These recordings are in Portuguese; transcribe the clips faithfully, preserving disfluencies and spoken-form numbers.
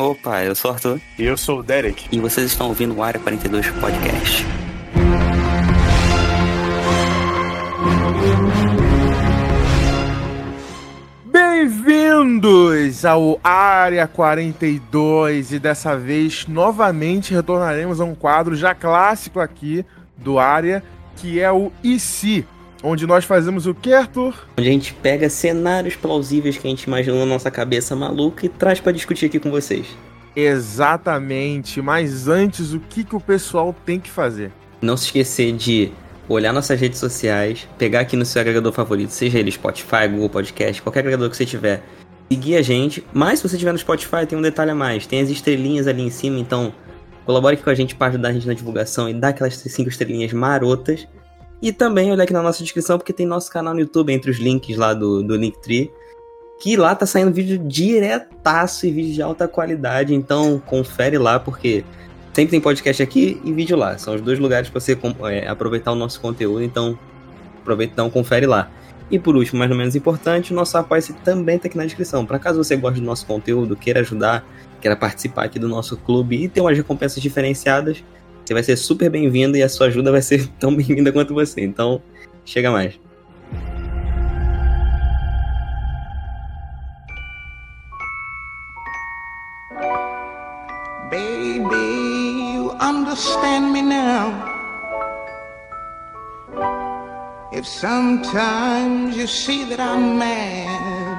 Opa, eu sou o Arthur. E eu sou o Derek. E vocês estão ouvindo o Área quarenta e dois Podcast. Bem-vindos ao Área quarenta e dois e dessa vez novamente retornaremos a um quadro já clássico aqui do Área, que é o E Se, onde nós fazemos o que, Arthur? Onde a gente pega cenários plausíveis que a gente imaginou na nossa cabeça maluca e traz pra discutir aqui com vocês. Exatamente, mas antes o que, que o pessoal tem que fazer? Não se esquecer de olhar nossas redes sociais, pegar aqui no seu agregador favorito, seja ele Spotify, Google Podcast, qualquer agregador que você tiver, seguir a gente. Mas se você estiver no Spotify, tem um detalhe a mais, tem as estrelinhas ali em cima, então colabore aqui com a gente para ajudar a gente na divulgação e dar aquelas cinco estrelinhas marotas. E também olha aqui na nossa descrição, porque tem nosso canal no YouTube, entre os links lá do, do Linktree, que lá tá saindo vídeo diretaço e vídeo de alta qualidade, então confere lá, porque sempre tem podcast aqui e vídeo lá. São os dois lugares para você é, aproveitar o nosso conteúdo, então aproveita e dá um confere lá. E por último, mais ou menos importante, o nosso apoia-se também tá aqui na descrição. Para caso você goste do nosso conteúdo, queira ajudar, queira participar aqui do nosso clube e ter umas recompensas diferenciadas, você vai ser super bem-vindo e a sua ajuda vai ser tão bem-vinda quanto você. Então, chega mais. Baby, you understand me now. If sometimes you see that I'm mad.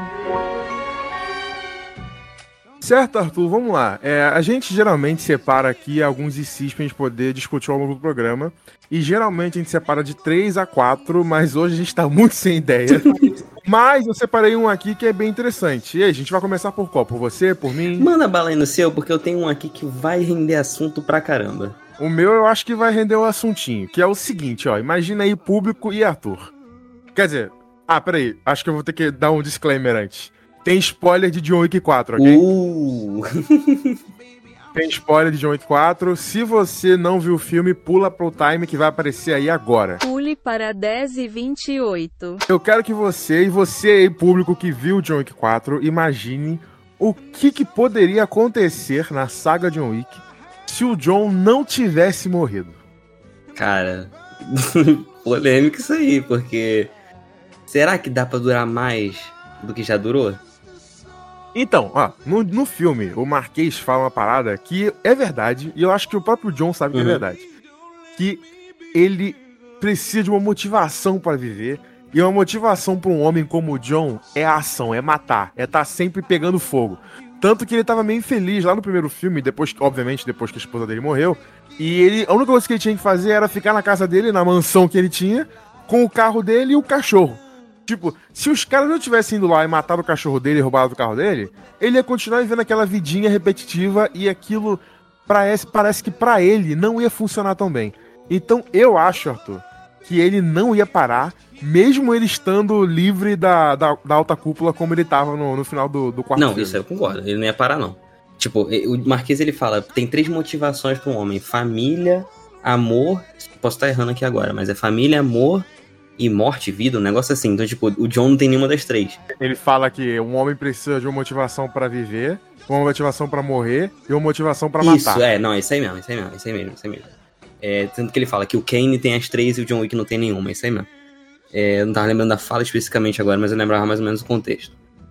Certo, Arthur, vamos lá. É, a gente geralmente separa aqui alguns I Cs pra gente poder discutir ao longo do programa. E geralmente a gente separa de três a quatro, mas hoje a gente tá muito sem ideia. Mas eu separei um aqui que é bem interessante. E aí, a gente vai começar por qual? Por você? Por mim? Manda bala aí no seu, porque eu tenho um aqui que vai render assunto pra caramba. O meu eu acho que vai render um assuntinho, que é o seguinte, ó. Imagina aí público e Arthur. Quer dizer, ah, peraí, acho que eu vou ter que dar um disclaimer antes. Tem spoiler de John Wick quatro, ok? Uh. Tem spoiler de John Wick quatro. Se você não viu o filme, pula pro time que vai aparecer aí agora. Pule para dez e vinte e oito. Eu quero que você e você aí, público que viu John Wick quatro, imagine o que, que poderia acontecer na saga John Wick se o John não tivesse morrido. Cara, polêmico isso aí, porque será que dá pra durar mais do que já durou? Então, ó, no, no filme, o Marquês fala uma parada que é verdade, e eu acho que o próprio John sabe que uhum. é verdade. Que ele precisa de uma motivação pra viver, e uma motivação pra um homem como o John é a ação, é matar, é estar sempre pegando fogo. Tanto que ele tava meio infeliz lá no primeiro filme, depois, obviamente, depois que a esposa dele morreu, e ele, a única coisa que ele tinha que fazer era ficar na casa dele, na mansão que ele tinha, com o carro dele e o cachorro. Tipo, se os caras não tivessem ido lá e matado o cachorro dele e roubado o carro dele, ele ia continuar vivendo aquela vidinha repetitiva e aquilo parece, parece que pra ele não ia funcionar tão bem. Então eu acho, Arthur, que ele não ia parar, mesmo ele estando livre da, da, da alta cúpula como ele tava no, no final do, do quarto Não, filme. Isso eu concordo, ele não ia parar não. Tipo, o Marquês ele fala, tem três motivações pra um homem: família, amor, posso estar errando aqui agora, mas é família, amor e morte, vida, um negócio assim. Então, tipo, o John não tem nenhuma das três. Ele fala que um homem precisa de uma motivação pra viver, uma motivação pra morrer e uma motivação pra matar. Isso, é, não, é isso aí mesmo, é isso aí mesmo, é isso aí mesmo, é isso aí mesmo. É, tanto que ele fala que o Kane tem as três e o John Wick não tem nenhuma, é isso aí mesmo. É, eu não tava lembrando da fala especificamente agora, mas eu lembrava mais ou menos o contexto.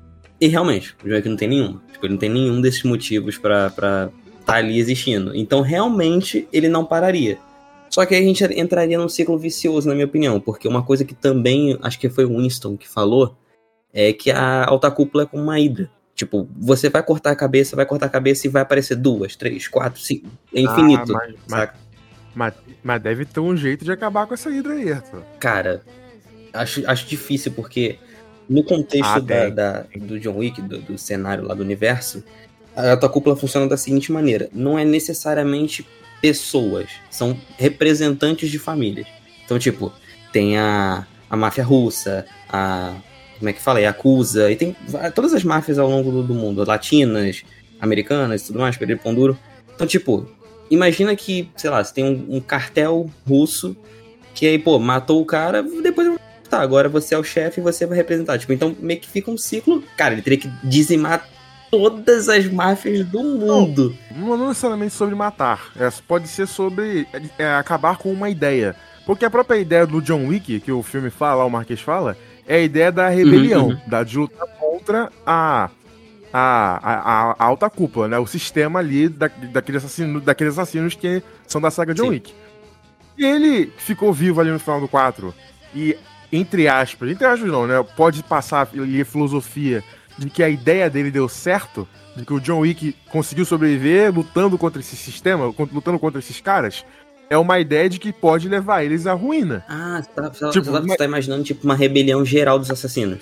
E realmente, o John Wick não tem nenhuma. Tipo, ele não tem nenhum desses motivos pra estar tá ali existindo. Então, realmente, ele não pararia. Só que aí a gente entraria num ciclo vicioso, na minha opinião, porque uma coisa que também, acho que foi o Winston que falou, é que a alta cúpula é como uma hidra. Tipo, você vai cortar a cabeça, vai cortar a cabeça e vai aparecer duas, três, quatro, cinco, é infinito, ah, mas, saca? Mas, mas deve ter um jeito de acabar com essa hidra aí, Arthur. Cara, acho, acho difícil, porque no contexto ah, da, da, do John Wick, do, do cenário lá do universo, a alta cúpula funciona da seguinte maneira: não é necessariamente pessoas, são representantes de famílias. Então, tipo, tem a, a máfia russa, a... como é que fala? A Yakuza, e tem todas as máfias ao longo do, do mundo, latinas, americanas e tudo mais, Pereira Pão Duro. Então, tipo, imagina que, sei lá, você tem um, um cartel russo que aí, pô, matou o cara, depois tá, agora você é o chefe e você vai representar. Tipo, então meio que fica um ciclo. Cara, ele teria que dizimar todas as máfias do mundo. Não, não necessariamente sobre matar. É, pode ser sobre é, acabar com uma ideia. Porque a própria ideia do John Wick, que o filme fala, o Marquês fala, é a ideia da rebelião, uhum, uhum. da de lutar contra a, a, a, a alta cúpula, né? O sistema ali da, daqueles, assassino, daqueles assassinos que são da saga John Sim. Wick. E ele ficou vivo ali no final do quatro. E, entre aspas, entre aspas não, né? Pode passar ali a filosofia de que a ideia dele deu certo, de que o John Wick conseguiu sobreviver lutando contra esse sistema, lutando contra esses caras. É uma ideia de que pode levar eles à ruína. Ah, você tá, você tipo, tá, você tá imaginando tipo uma rebelião geral dos assassinos.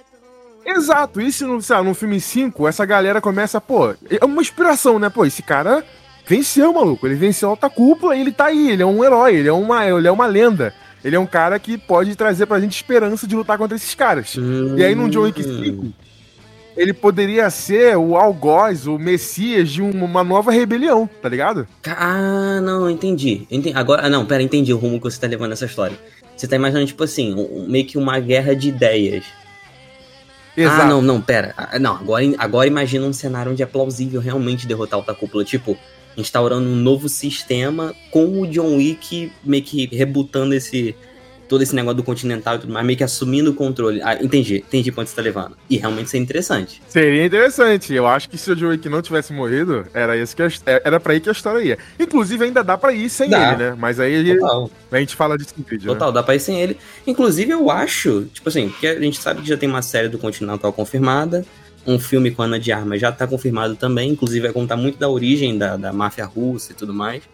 Exato, e se no, sei lá, no filme cinco, essa galera começa, pô, é uma inspiração, né? Pô, esse cara venceu, maluco, ele venceu a alta cúpula e ele tá aí, ele é um herói, ele é uma, ele é uma lenda. Ele é um cara que pode trazer pra gente esperança de lutar contra esses caras. Hum. E aí no John Wick cinco, ele poderia ser o algoz, o messias de uma nova rebelião, tá ligado? Ah, não, entendi. entendi. Agora, ah, não, pera, entendi o rumo que você tá levando nessa história. Você tá imaginando, tipo assim, um, meio que uma guerra de ideias. Exato. Ah, não, não, pera. Não, agora, agora imagina um cenário onde é plausível realmente derrotar a alta cúpula. Tipo, instaurando um novo sistema com o John Wick meio que rebutando esse... todo esse negócio do Continental e tudo mais, meio que assumindo o controle. Ah, entendi, entendi pra onde você tá levando. E realmente seria interessante. Seria interessante. Eu acho que se o John Wick não tivesse morrido, era, esse que a, era pra aí que a história ia. Inclusive, ainda dá pra ir sem dá. ele, né? Mas aí ele, a gente fala disso no vídeo, Total, né? Dá pra ir sem ele. Inclusive, eu acho, tipo assim, porque a gente sabe que já tem uma série do Continental confirmada, um filme com a Ana de Armas já tá confirmado também, inclusive vai contar muito da origem da, da máfia russa e tudo mais.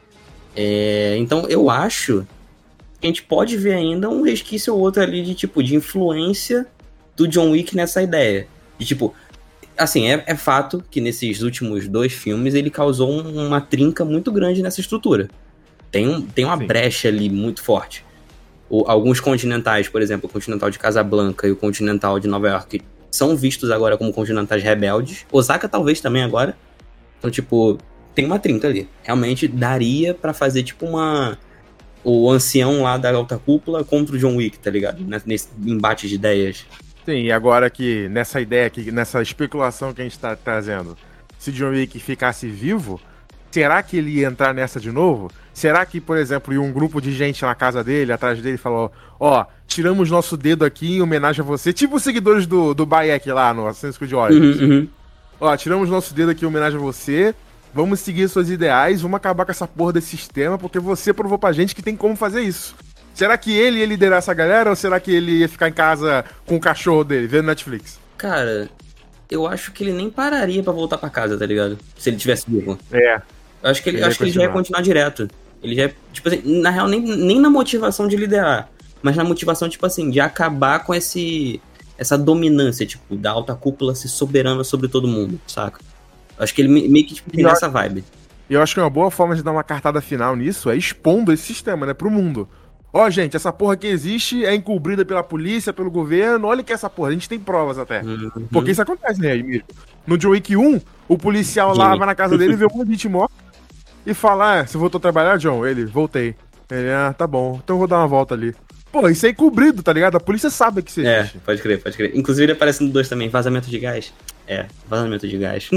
É, então, eu acho... a gente pode ver ainda um resquício ou outro ali de, tipo, de influência do John Wick nessa ideia. De, tipo, assim, é, é fato que nesses últimos dois filmes ele causou um, uma trinca muito grande nessa estrutura. Tem, um, tem uma Sim. brecha ali muito forte. O, alguns continentais, por exemplo, o Continental de Casablanca e o Continental de Nova York são vistos agora como continentais rebeldes. Osaka talvez também agora. Então, tipo, tem uma trinca ali. Realmente daria pra fazer, tipo, uma... o ancião lá da alta cúpula contra o John Wick, tá ligado? Nesse embate de ideias. Sim, e agora que nessa ideia aqui, nessa especulação que a gente tá trazendo, se John Wick ficasse vivo, será que ele ia entrar nessa de novo? Será que, por exemplo, ia um grupo de gente na casa dele, atrás dele, falou, ó, tiramos nosso dedo aqui em homenagem a você, tipo os seguidores do, do Bayek lá no Assassin's Creed Origins. Uhum, uhum. Ó, tiramos nosso dedo aqui em homenagem a você, vamos seguir suas ideais, vamos acabar com essa porra desse sistema, porque você provou pra gente que tem como fazer isso. Será que ele ia liderar essa galera, ou será que ele ia ficar em casa com o cachorro dele, vendo Netflix? Cara, eu acho que ele nem pararia pra voltar pra casa, tá ligado? Se ele tivesse vivo. É. Eu acho que ele, ele, acho que ele já ia continuar direto. Ele já, tipo assim, na real, nem, nem na motivação de liderar, mas na motivação, tipo assim, de acabar com esse, essa dominância, tipo, da alta cúpula ser soberana sobre todo mundo, saca? Acho que ele meio que tipo, tem essa vibe. E eu acho que uma boa forma de dar uma cartada final nisso é expondo esse sistema, né, pro mundo. Ó, oh, gente, essa porra que existe é encobrida pela polícia, pelo governo, olha que essa porra, a gente tem provas até. Uhum. Porque isso acontece, né, Emílio? No John Wick um, o policial lá vai na casa dele, vê um monte de gente morta e fala, ah, você voltou a trabalhar, John? Ele, voltei. Ele, ah, tá bom, então eu vou dar uma volta ali. Pô, isso é encobrido, tá ligado? A polícia sabe que isso existe. É, pode crer, pode crer. Inclusive ele aparece no dois também, vazamento de gás. É, vazamento de gás.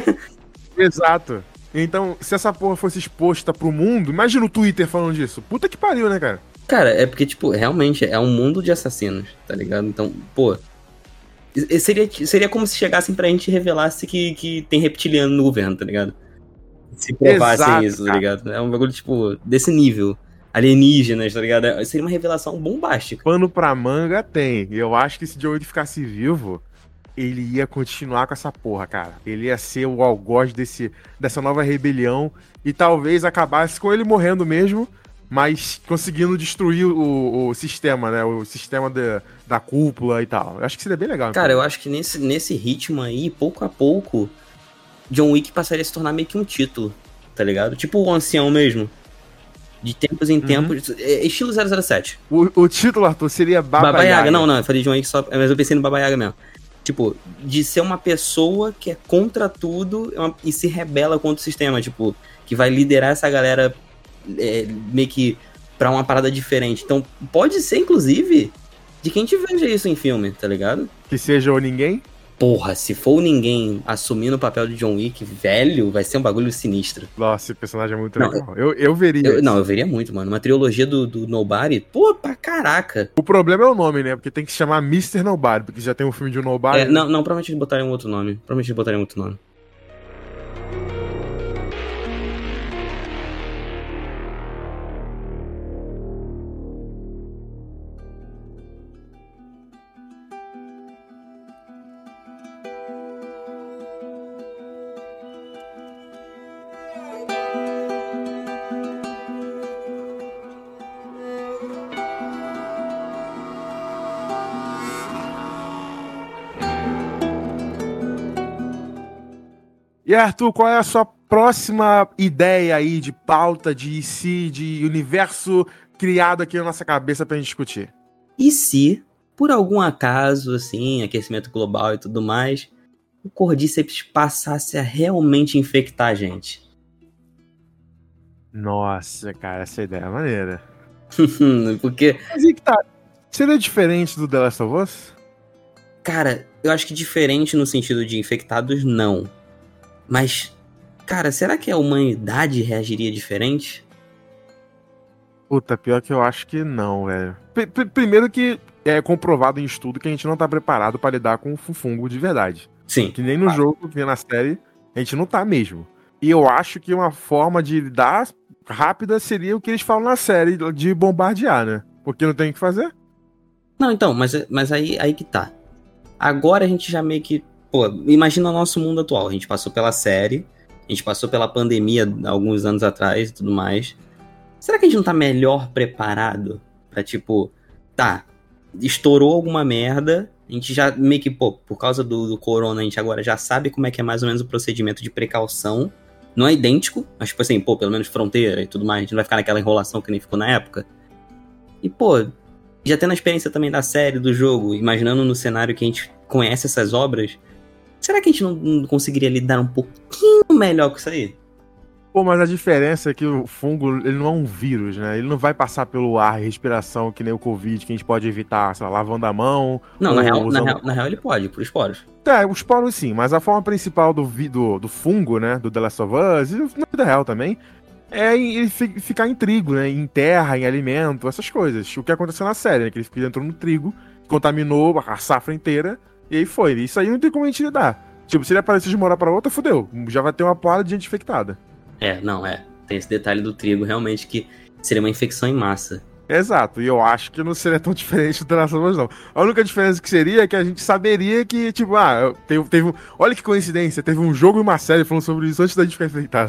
Exato. Então, se essa porra fosse exposta pro mundo, imagina o Twitter falando disso. Puta que pariu, né, cara? Cara, é porque, tipo, realmente é um mundo de assassinos, tá ligado? Então, pô... Seria, seria como se chegassem pra gente e revelasse que, que tem reptiliano no governo, tá ligado? Se provassem Exato, isso, tá ligado? É um bagulho, tipo, desse nível. Alienígenas, tá ligado? Seria uma revelação bombástica. Pano pra manga tem. E eu acho que se John Wick ficasse vivo, ele ia continuar com essa porra, cara. Ele ia ser o algoz desse, dessa nova rebelião e talvez acabasse com ele morrendo mesmo, mas conseguindo destruir o, o sistema, né? O sistema de, da cúpula e tal. Eu acho que seria bem legal. Cara, então. Eu acho que nesse, nesse ritmo aí, pouco a pouco, John Wick passaria a se tornar meio que um título, tá ligado? Tipo o ancião mesmo. De tempos em tempos. Uhum. Estilo zero zero sete. O, o título, Arthur, seria Baba, Baba Yaga. Yaga. Não, não, eu falei John Wick só... Mas eu pensei no Baba Yaga mesmo. Tipo, de ser uma pessoa que é contra tudo é uma, e se rebela contra o sistema. Tipo, que vai liderar essa galera é, meio que pra uma parada diferente. Então, pode ser, inclusive, de quem te veja isso em filme, tá ligado? Que seja o ninguém? porra, se for ninguém assumindo o papel de John Wick velho, vai ser um bagulho sinistro. Nossa, esse personagem é muito Não, legal. Eu, eu veria Eu, isso. não, eu veria muito, mano. Uma trilogia do, do Nobody, pô, pra caraca. O problema é o nome, né? Porque tem que se chamar mister Nobody, porque já tem um filme de um Nobody. É, né? não, não, provavelmente eles botariam outro nome. Provavelmente eles botariam outro nome. E Arthur, qual é a sua próxima ideia aí de pauta, de si, de universo criado aqui na nossa cabeça pra gente discutir? E se, por algum acaso, assim, aquecimento global e tudo mais, o Cordyceps passasse a realmente infectar a gente? Nossa, cara, essa ideia é maneira. Porque, Mas aí que tá. Seria diferente do The Last of Us? cara, eu acho que diferente no sentido de infectados, não. Mas, cara, será que a humanidade reagiria diferente? Puta, pior que eu acho que não, velho. P- p- primeiro que é comprovado em estudo que a gente não tá preparado pra lidar com o fungo de verdade. Sim. Que nem no jogo, que nem na série, a gente não tá mesmo. E eu acho que uma forma de lidar rápida seria o que eles falam na série, de bombardear, né? Porque não tem o que fazer. Não, então, mas, mas aí, aí que tá. Agora a gente já meio que... Pô, imagina o nosso mundo atual. A gente passou pela série, a gente passou pela pandemia alguns anos atrás e tudo mais. Será que a gente não tá melhor preparado pra, tipo... Tá, estourou alguma merda, a gente já meio que, pô, por causa do, do corona, a gente agora já sabe como é que é mais ou menos o procedimento de precaução. Não é idêntico, mas tipo assim, pô, pelo menos fronteira e tudo mais, a gente não vai ficar naquela enrolação que nem ficou na época. E, pô, já tendo a experiência também da série, do jogo, imaginando no cenário que a gente conhece essas obras, será que a gente não, não conseguiria lidar um pouquinho melhor com isso aí? Pô, mas a diferença é que o fungo, ele não é um vírus, né? Ele não vai passar pelo ar e respiração que nem o Covid, que a gente pode evitar, sei lá, lavando a mão. Não, na ou real, na, usando- real, na real ele pode, por esporos. É, os poros sim, mas a forma principal do, vi- do, do fungo, né, do The Last of Us, e na vida real também, é em- ele fi- ficar em trigo, né, em terra, em alimento, essas coisas. O que aconteceu na série, né, que ele ficou dentro no trigo, contaminou a safra inteira, e aí foi. Isso aí não tem como a gente lidar. Tipo, se ele aparecer de uma hora pra outra, fudeu. Já vai ter uma porrada de gente infectada. É, não, é. Tem esse detalhe do trigo, realmente, que seria uma infecção em massa. Exato, e eu acho que não seria tão diferente do The Last of Us, não. A única diferença que seria é que a gente saberia que, tipo, ah, teve, teve um... Olha que coincidência, teve um jogo e uma série falando sobre isso antes da gente ficar infectado.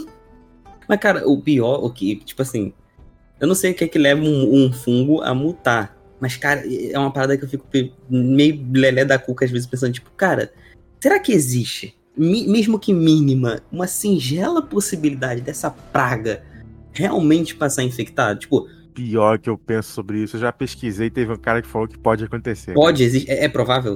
Mas, cara, o pior, o que, tipo assim, eu não sei o que é que leva um, um fungo a mutar. Mas, cara, é uma parada que eu fico pe- meio lelé da cuca às vezes pensando, tipo, cara, será que existe, mi- mesmo que mínima, uma singela possibilidade dessa praga realmente passar infectado? Tipo, Pior que eu penso sobre isso, eu já pesquisei, teve um cara que falou que pode acontecer. pode existir, é, é provável?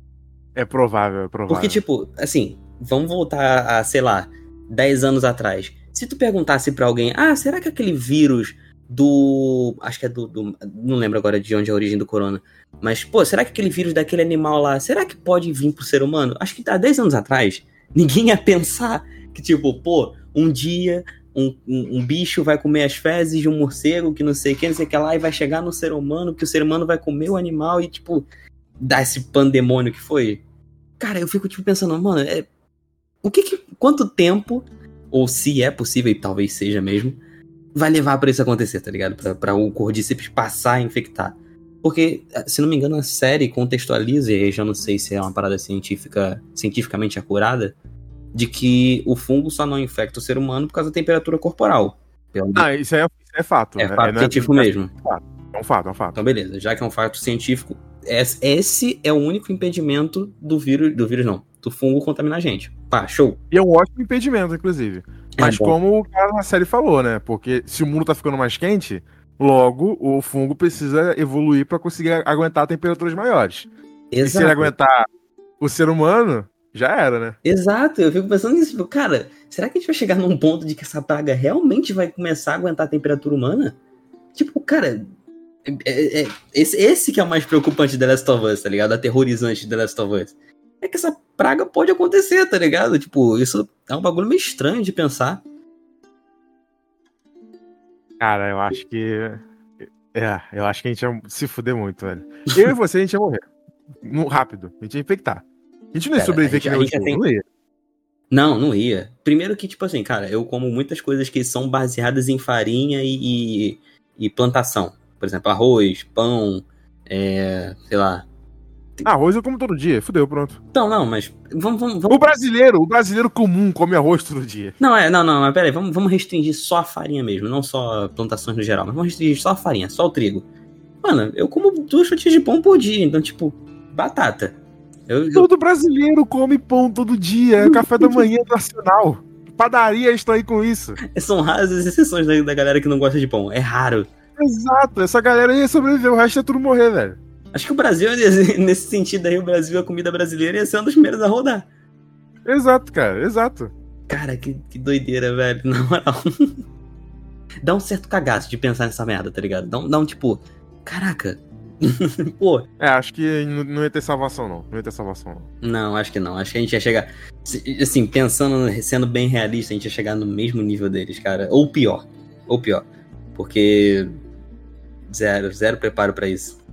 É provável, é provável. Porque, tipo, assim, vamos voltar a, sei lá, dez anos atrás. Se tu perguntasse pra alguém, ah, será que aquele vírus do... Acho que é do, do... Não lembro agora de onde é a origem do corona. Mas, pô, será que aquele vírus daquele animal lá, será que pode vir pro ser humano? Acho que há dez anos atrás, ninguém ia pensar que, tipo, pô, um dia um, um, um bicho vai comer as fezes de um morcego, que não sei o que, não sei o que lá, e vai chegar no ser humano, que o ser humano vai comer o animal e, tipo, dar esse pandemônio que foi. Cara, eu fico, tipo, pensando, mano, é... o que que... Quanto tempo, ou se é possível, e talvez seja mesmo, vai levar pra isso acontecer, tá ligado? Pra, pra o Cordyceps passar a infectar. Porque, se não me engano, a série contextualiza, e aí já não sei se é uma parada científica, cientificamente acurada, de que o fungo só não infecta o ser humano por causa da temperatura corporal. Pelo- Ah, isso é, isso é fato. é fato não científico não mesmo. É um fato, é um fato. Então, beleza. Já que é um fato científico, es- esse é o único impedimento do vírus... Do vírus, não. Do fungo contaminar a gente. Pá, show. E é um ótimo impedimento, inclusive. Mas É bom. como o cara na série falou, né? Porque se o mundo tá ficando mais quente, logo o fungo precisa evoluir pra conseguir aguentar temperaturas maiores. E se Exato. ele aguentar o ser humano, já era, né? Exato, eu fico pensando nisso, tipo, cara, será que a gente vai chegar num ponto de que essa praga realmente vai começar a aguentar a temperatura humana? Tipo, cara, é- é- é- esse, esse que é o mais preocupante de The Last of Us, tá ligado? Aterrorizante de The Last of Us. é que essa praga pode acontecer, tá ligado? Tipo, isso é um bagulho meio estranho de pensar. Cara, eu acho que... É, eu acho que a gente ia se fuder muito, velho. Eu e você, a gente ia morrer. No, rápido. A gente ia infectar. A gente não ia Cara, sobreviver a gente- que nem a o gente já último, tem- não ia. Não, não ia. Primeiro que, tipo assim, cara, eu como muitas coisas que são baseadas em farinha e, e, e plantação. Por exemplo, arroz, pão, é, sei lá. Arroz eu como todo dia, fudeu, pronto. Não, não, mas vamos... vamos, vamos... O brasileiro, o brasileiro comum come arroz todo dia. Não, é, não, não, mas peraí, vamos, vamos restringir só a farinha mesmo, não só plantações no geral, mas vamos restringir só a farinha, só o trigo. Mano, eu como duas fatias de pão por dia, então, tipo, batata. Eu, eu- Todo brasileiro come pão todo dia, é café da manhã nacional. Padaria está aí com isso. São raras as exceções da, da galera que não gosta de pão, é raro. Exato, essa galera ia sobreviver, o resto é tudo morrer, velho. Acho que o Brasil, nesse sentido aí, o Brasil, a comida brasileira ia ser um dos primeiros a rodar. Exato, cara, exato. Cara, que, que doideira, velho, na moral. Dá um certo cagaço de pensar nessa merda, tá ligado? Dá um, dá um tipo, caraca, pô. É, acho que não, não ia ter salvação, não. Não ia ter salvação, não. Não, acho que não. Acho que a gente ia chegar. Assim, pensando, sendo bem realista, a gente ia chegar no mesmo nível deles, cara. Ou pior. Ou pior. Porque. Zero, zero preparo pra isso.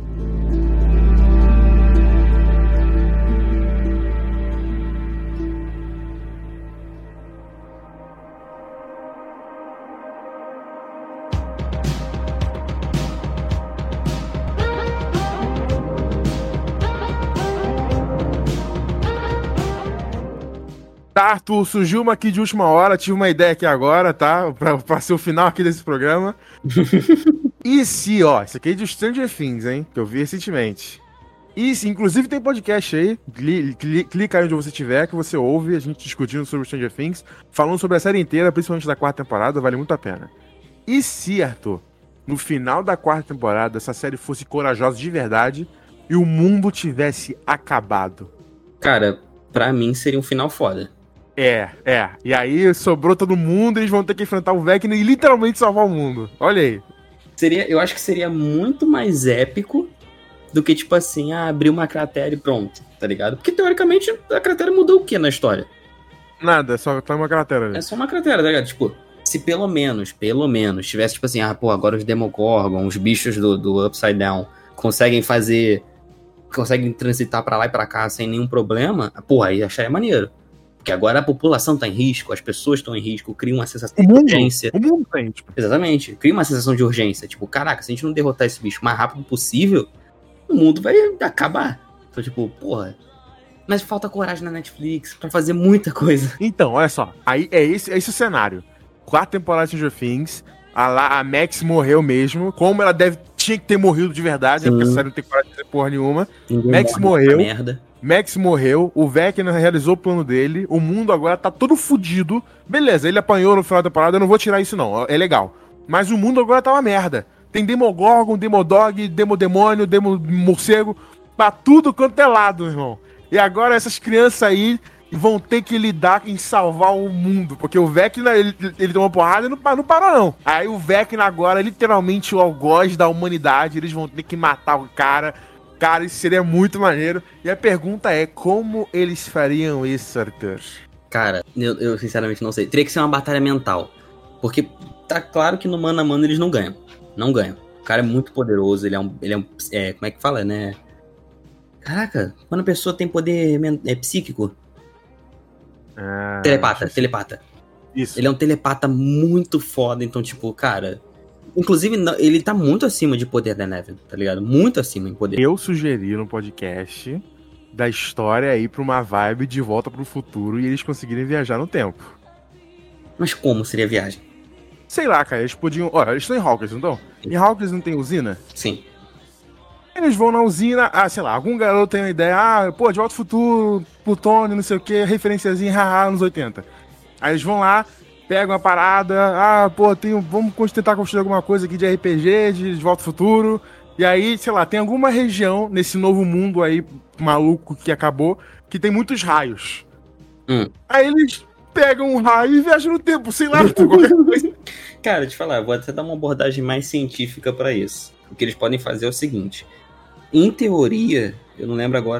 Tá, Arthur, surgiu uma aqui de última hora, tive uma ideia aqui agora, tá? Pra, pra ser o final aqui desse programa. E se, ó, isso aqui é de Stranger Things, hein? Que eu vi recentemente. E se, inclusive tem podcast aí, cli, cli, clica aí onde você estiver, que você ouve a gente discutindo sobre Stranger Things, falando sobre a série inteira, principalmente da quarta temporada, vale muito a pena. E se, Arthur, no final da quarta temporada, essa série fosse corajosa de verdade e o mundo tivesse acabado? Cara, pra mim seria um final foda. É, é. E aí sobrou todo mundo e eles vão ter que enfrentar o Vecna e literalmente salvar o mundo. Olha aí. Seria, eu acho que seria muito mais épico do que, tipo assim, ah, abrir uma cratera e pronto, tá ligado? Porque, teoricamente, a cratera mudou o que na história? Nada, só tá uma cratera ali. É só uma cratera, tá ligado? Tipo, se pelo menos, pelo menos, tivesse, tipo assim, ah, pô, agora os Demogorgon, os bichos do, do Upside Down, conseguem fazer... conseguem transitar pra lá e pra cá sem nenhum problema, porra, aí acharia maneiro. Porque agora a população tá em risco, as pessoas estão em risco, cria uma sensação O de mundo, urgência. o mundo tem, tipo. Exatamente, cria uma sensação de urgência. Tipo, caraca, se a gente não derrotar esse bicho o mais rápido possível, o mundo vai acabar. Então, tipo, porra. Mas falta coragem na Netflix pra fazer muita coisa. Então, olha só. Aí é esse, é esse o cenário. Quarta temporada de Stranger Things. A, lá, a Max morreu mesmo. Como ela deve, tinha que ter morrido de verdade, né? Porque a série não tem coragem de fazer porra nenhuma. Ninguém Max morre morreu. nessa merda. Max morreu, o Vecna realizou o plano dele, o mundo agora tá todo fudido. Beleza, ele apanhou no final da temporada, eu não vou tirar isso não, é legal. Mas o mundo agora tá uma merda. Tem Demogorgon, Demodog, Demodemônio, Demomorcego, pra tudo quanto é lado, irmão. E agora essas crianças aí vão ter que lidar em salvar o mundo, porque o Vecna, ele, ele deu uma porrada e não, não parou não. Aí o Vecna agora é literalmente o algoz da humanidade, eles vão ter que matar o cara. Cara, isso seria muito maneiro. E a pergunta é, como eles fariam isso, Arthur? Cara, eu, eu sinceramente não sei. Teria que ser uma batalha mental. Porque tá claro que no mano a mano eles não ganham. Não ganham. O cara é muito poderoso, ele é um... Ele é um é, como é que fala, né? Caraca, quando a pessoa tem poder men- é, psíquico. Ah, Telepata, telepata. Isso. Ele é um telepata muito foda, então, tipo, cara... Inclusive, não- ele tá muito acima de poder da Neve, tá ligado? Muito acima em poder. Eu sugeri no podcast da história ir pra uma vibe de volta pro futuro e eles conseguirem viajar no tempo. Mas como seria a viagem? Sei lá, cara, eles podiam... Olha, eles estão em Hawkins, não estão? Em Hawkins não tem usina? Sim. Eles vão na usina, ah, sei lá, algum garoto tem uma ideia, ah, pô, de volta ao futuro, plutônio, não sei o que, referenciazinha, haha, anos oitenta. Aí eles vão lá, pegam a parada, ah, pô, tem, vamos tentar construir alguma coisa aqui de R P G, de, de volta ao futuro. E aí, sei lá, tem alguma região nesse novo mundo aí, maluco, que acabou, que tem muitos raios. Hum. Aí eles pegam um raio e viajam no tempo, sei lá, qualquer coisa. Cara, te falar, vou até dar uma abordagem mais científica pra isso. O que eles podem fazer é o seguinte. Em teoria, eu não lembro agora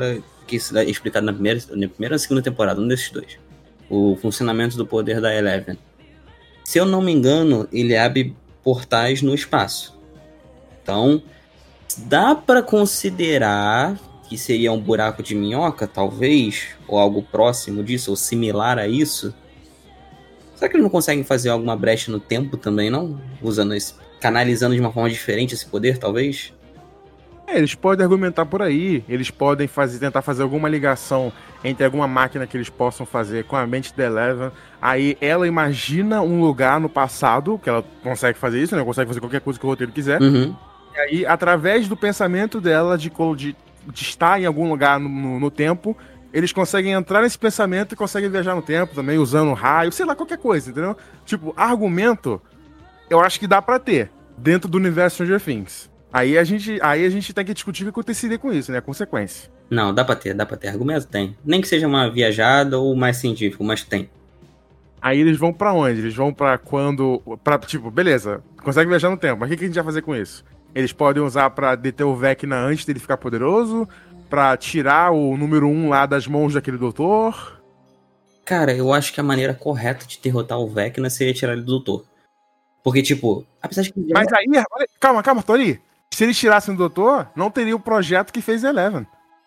que isso é explicado na primeira, na primeira ou segunda temporada, um desses dois. O funcionamento do poder da Eleven. Se eu não me engano, ele abre portais no espaço. Então, dá pra considerar que seria um buraco de minhoca, talvez, ou algo próximo disso, ou similar a isso. Será que eles não conseguem fazer alguma brecha no tempo também, não? Usando esse, canalizando de uma forma diferente esse poder, talvez? É, eles podem argumentar por aí, eles podem fazer, tentar fazer alguma ligação entre alguma máquina que eles possam fazer com a mente da Eleven. Aí ela imagina um lugar no passado, que ela consegue fazer isso, né? Consegue fazer qualquer coisa que o roteiro quiser. Uhum. E aí, através do pensamento dela de, de, de estar em algum lugar no, no, no tempo, eles conseguem entrar nesse pensamento e conseguem viajar no tempo também, usando raio, sei lá, qualquer coisa, entendeu? Tipo, argumento, eu acho que dá pra ter, dentro do universo Stranger Things. Aí a gente, aí a gente tem que discutir o que aconteceria com isso, né? A consequência. Não, dá pra ter, dá pra ter. Argumento tem. Nem que seja uma viajada ou mais científico, mas tem. Aí eles vão pra onde? Eles vão pra quando... Pra, tipo, beleza, consegue viajar no tempo, mas o que, que a gente vai fazer com isso? Eles podem usar pra deter o Vecna antes dele ficar poderoso? Pra tirar o número um lá das mãos daquele doutor? Cara, eu acho que a maneira correta de derrotar o Vecna seria tirar ele do doutor. Porque, tipo, apesar de que... Mas aí, olha, calma, calma, Tori. Se eles tirassem o doutor, não teria o projeto que fez Eleven.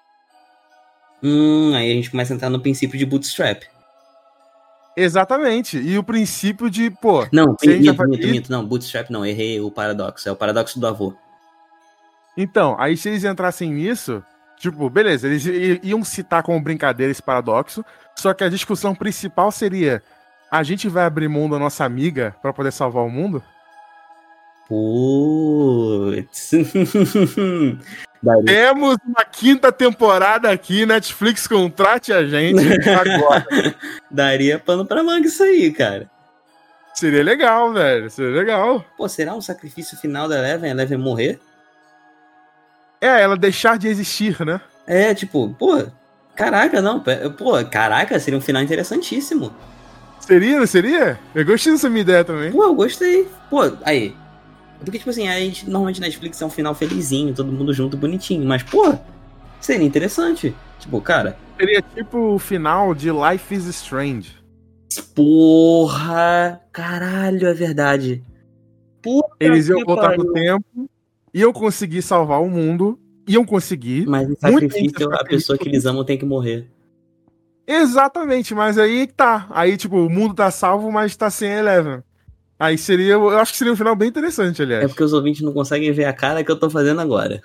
Hum, aí a gente começa a entrar no princípio de bootstrap. Exatamente. E o princípio de, pô... Não, se a gente mito, vai mito, fazer- mito, não, bootstrap não, errei o paradoxo, é o paradoxo do avô. Então, aí se eles entrassem nisso, tipo, beleza, eles i- iam citar como brincadeira esse paradoxo, só que a discussão principal seria: a gente vai abrir mão da nossa amiga pra poder salvar o mundo? Putz. Daria, Temos uma quinta temporada aqui, Netflix, contrate a gente agora. daria pano pra manga isso aí, cara. Seria legal, velho, seria legal. Pô, será um sacrifício final da Eleven? A Eleven morrer? É, ela deixar de existir, né? É, tipo, pô, caraca, não, pe- pô, caraca, seria um final interessantíssimo. Seria, não seria? Eu gostei dessa minha ideia também. Pô, eu gostei. Pô, aí. Porque, tipo assim, a gente, normalmente na Netflix é um final felizinho, todo mundo junto, bonitinho. Mas, pô, seria interessante. Tipo, cara, Seria tipo o final de Life is Strange. porra, caralho, é verdade. Puta Eles iam que voltar pariu. no tempo, iam conseguir salvar o mundo, iam conseguir. Mas em Muita gente sacrifício, vai a ficar pessoa que feliz eles amam tem que morrer. Exatamente, mas aí que tá. Aí, tipo, o mundo tá salvo, mas tá sem a Eleven. Aí seria, eu acho que seria um final bem interessante, aliás. É porque os ouvintes não conseguem ver a cara que eu tô fazendo agora.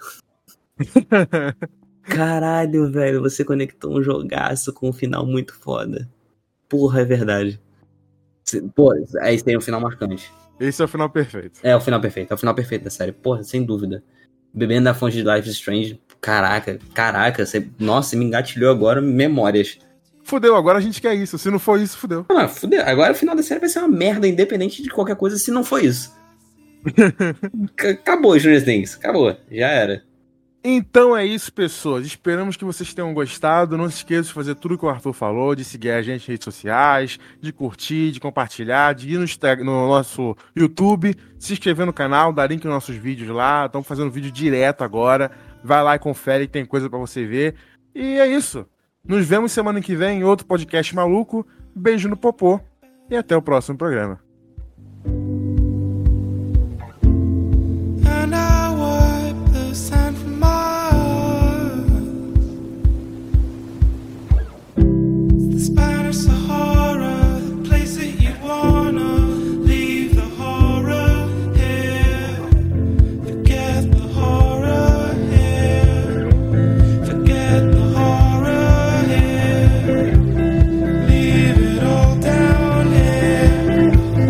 Caralho, velho, você conectou um jogaço com um final muito foda. Porra, é verdade. Se- Pô, aí seria um final marcante. Esse é o final perfeito. É o final perfeito, é o final perfeito da série. Porra, sem dúvida. Bebendo da fonte de Life is Strange, caraca, caraca, você, nossa, me engatilhou agora memórias. Fudeu, agora a gente quer isso. Se não for isso, fudeu. Ah, fudeu. Agora o final da série vai ser uma merda, independente de qualquer coisa, se não for isso. C- acabou, Stranger Things, acabou, já era. Então é isso, pessoas. Esperamos que vocês tenham gostado. Não se esqueça de fazer tudo que o Arthur falou, de seguir a gente nas redes sociais, de curtir, de compartilhar, de ir no, Insta- no nosso YouTube, se inscrever no canal, dar link nos nossos vídeos lá. Estamos fazendo vídeo direto agora. Vai lá e confere que tem coisa pra você ver. E é isso. Nos vemos semana que vem em outro podcast maluco. Beijo no popô e até o próximo programa. And I wipe the sand from my eyes. It's the Spanish Sahara, the place that you'd wanna leave the horror here. Forget the horror here. Forget the horror here. Leave it all down here.